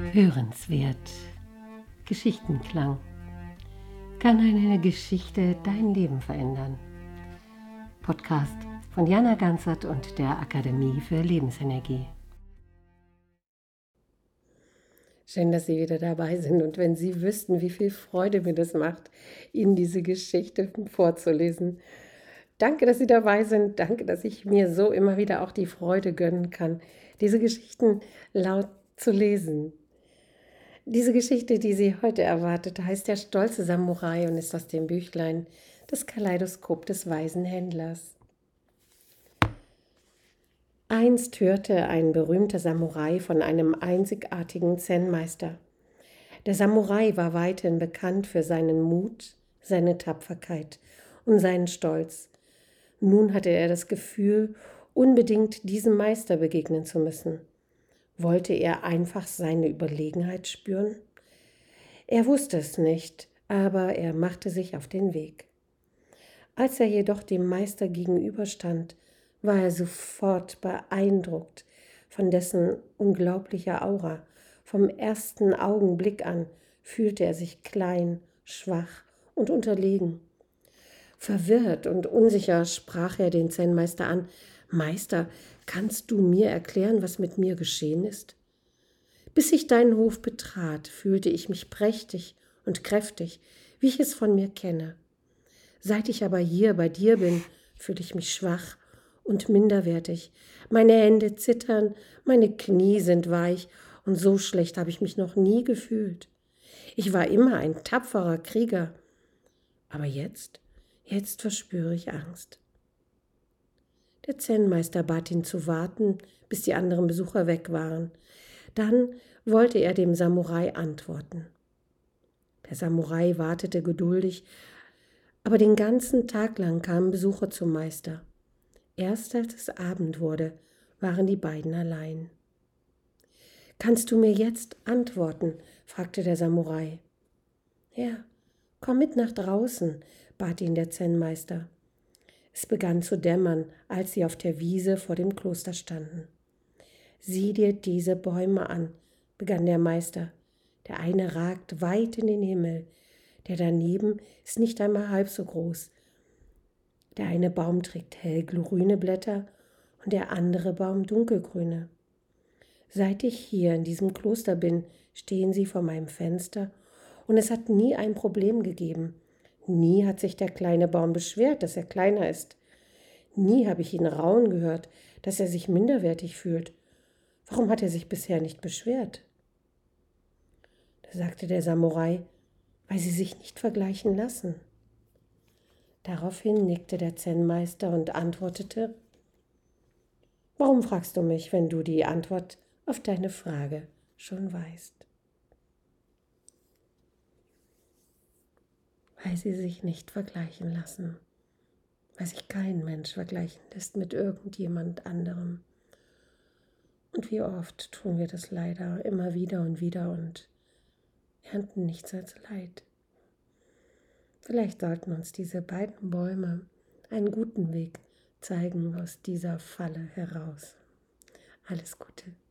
Hörenswert. Geschichtenklang. Kann eine Geschichte dein Leben verändern? Podcast von Jana Ganzert und der Akademie für Lebensenergie. Schön, dass Sie wieder dabei sind, und wenn Sie wüssten, wie viel Freude mir das macht, Ihnen diese Geschichte vorzulesen. Danke, dass Sie dabei sind. Danke, dass ich mir so immer wieder auch die Freude gönnen kann, diese Geschichten laut zu lesen. Diese Geschichte, die Sie heute erwartet, heißt Der stolze Samurai und ist aus dem Büchlein Das Kaleidoskop des weisen Händlers. Einst hörte ein berühmter Samurai von einem einzigartigen Zen-Meister. Der Samurai war weithin bekannt für seinen Mut, seine Tapferkeit und seinen Stolz. Nun hatte er das Gefühl, unbedingt diesem Meister begegnen zu müssen. Wollte er einfach seine Überlegenheit spüren? Er wusste es nicht, aber er machte sich auf den Weg. Als er jedoch dem Meister gegenüberstand, war er sofort beeindruckt von dessen unglaublicher Aura. Vom ersten Augenblick an fühlte er sich klein, schwach und unterlegen. Verwirrt und unsicher sprach er den Zen-Meister an: »Meister, kannst du mir erklären, was mit mir geschehen ist?« »Bis ich deinen Hof betrat, fühlte ich mich prächtig und kräftig, wie ich es von mir kenne. Seit ich aber hier bei dir bin, fühle ich mich schwach und minderwertig. Meine Hände zittern, meine Knie sind weich, und so schlecht habe ich mich noch nie gefühlt. Ich war immer ein tapferer Krieger, aber jetzt verspüre ich Angst.« Der Zen-Meister bat ihn zu warten, bis die anderen Besucher weg waren. Dann wollte er dem Samurai antworten. Der Samurai wartete geduldig, aber den ganzen Tag lang kamen Besucher zum Meister. Erst als es Abend wurde, waren die beiden allein. »Kannst du mir jetzt antworten?« fragte der Samurai. »Ja, komm mit nach draußen«, bat ihn der Zen-Meister. Es begann zu dämmern, als sie auf der Wiese vor dem Kloster standen. »Sieh dir diese Bäume an«, begann der Meister. »Der eine ragt weit in den Himmel, der daneben ist nicht einmal halb so groß. Der eine Baum trägt hellgrüne Blätter und der andere Baum dunkelgrüne. Seit ich hier in diesem Kloster bin, stehen sie vor meinem Fenster, und es hat nie ein Problem gegeben. Nie hat sich der kleine Baum beschwert, dass er kleiner ist. Nie habe ich ihn raunen gehört, dass er sich minderwertig fühlt. Warum hat er sich bisher nicht beschwert?« Da sagte der Samurai: »Weil sie sich nicht vergleichen lassen.« Daraufhin nickte der Zen-Meister und antwortete: »Warum fragst du mich, wenn du die Antwort auf deine Frage schon weißt?« Weil sie sich nicht vergleichen lassen. Weil sich kein Mensch vergleichen lässt mit irgendjemand anderem. Und wie oft tun wir das leider immer wieder und ernten nichts als Leid. Vielleicht sollten uns diese beiden Bäume einen guten Weg zeigen aus dieser Falle heraus. Alles Gute.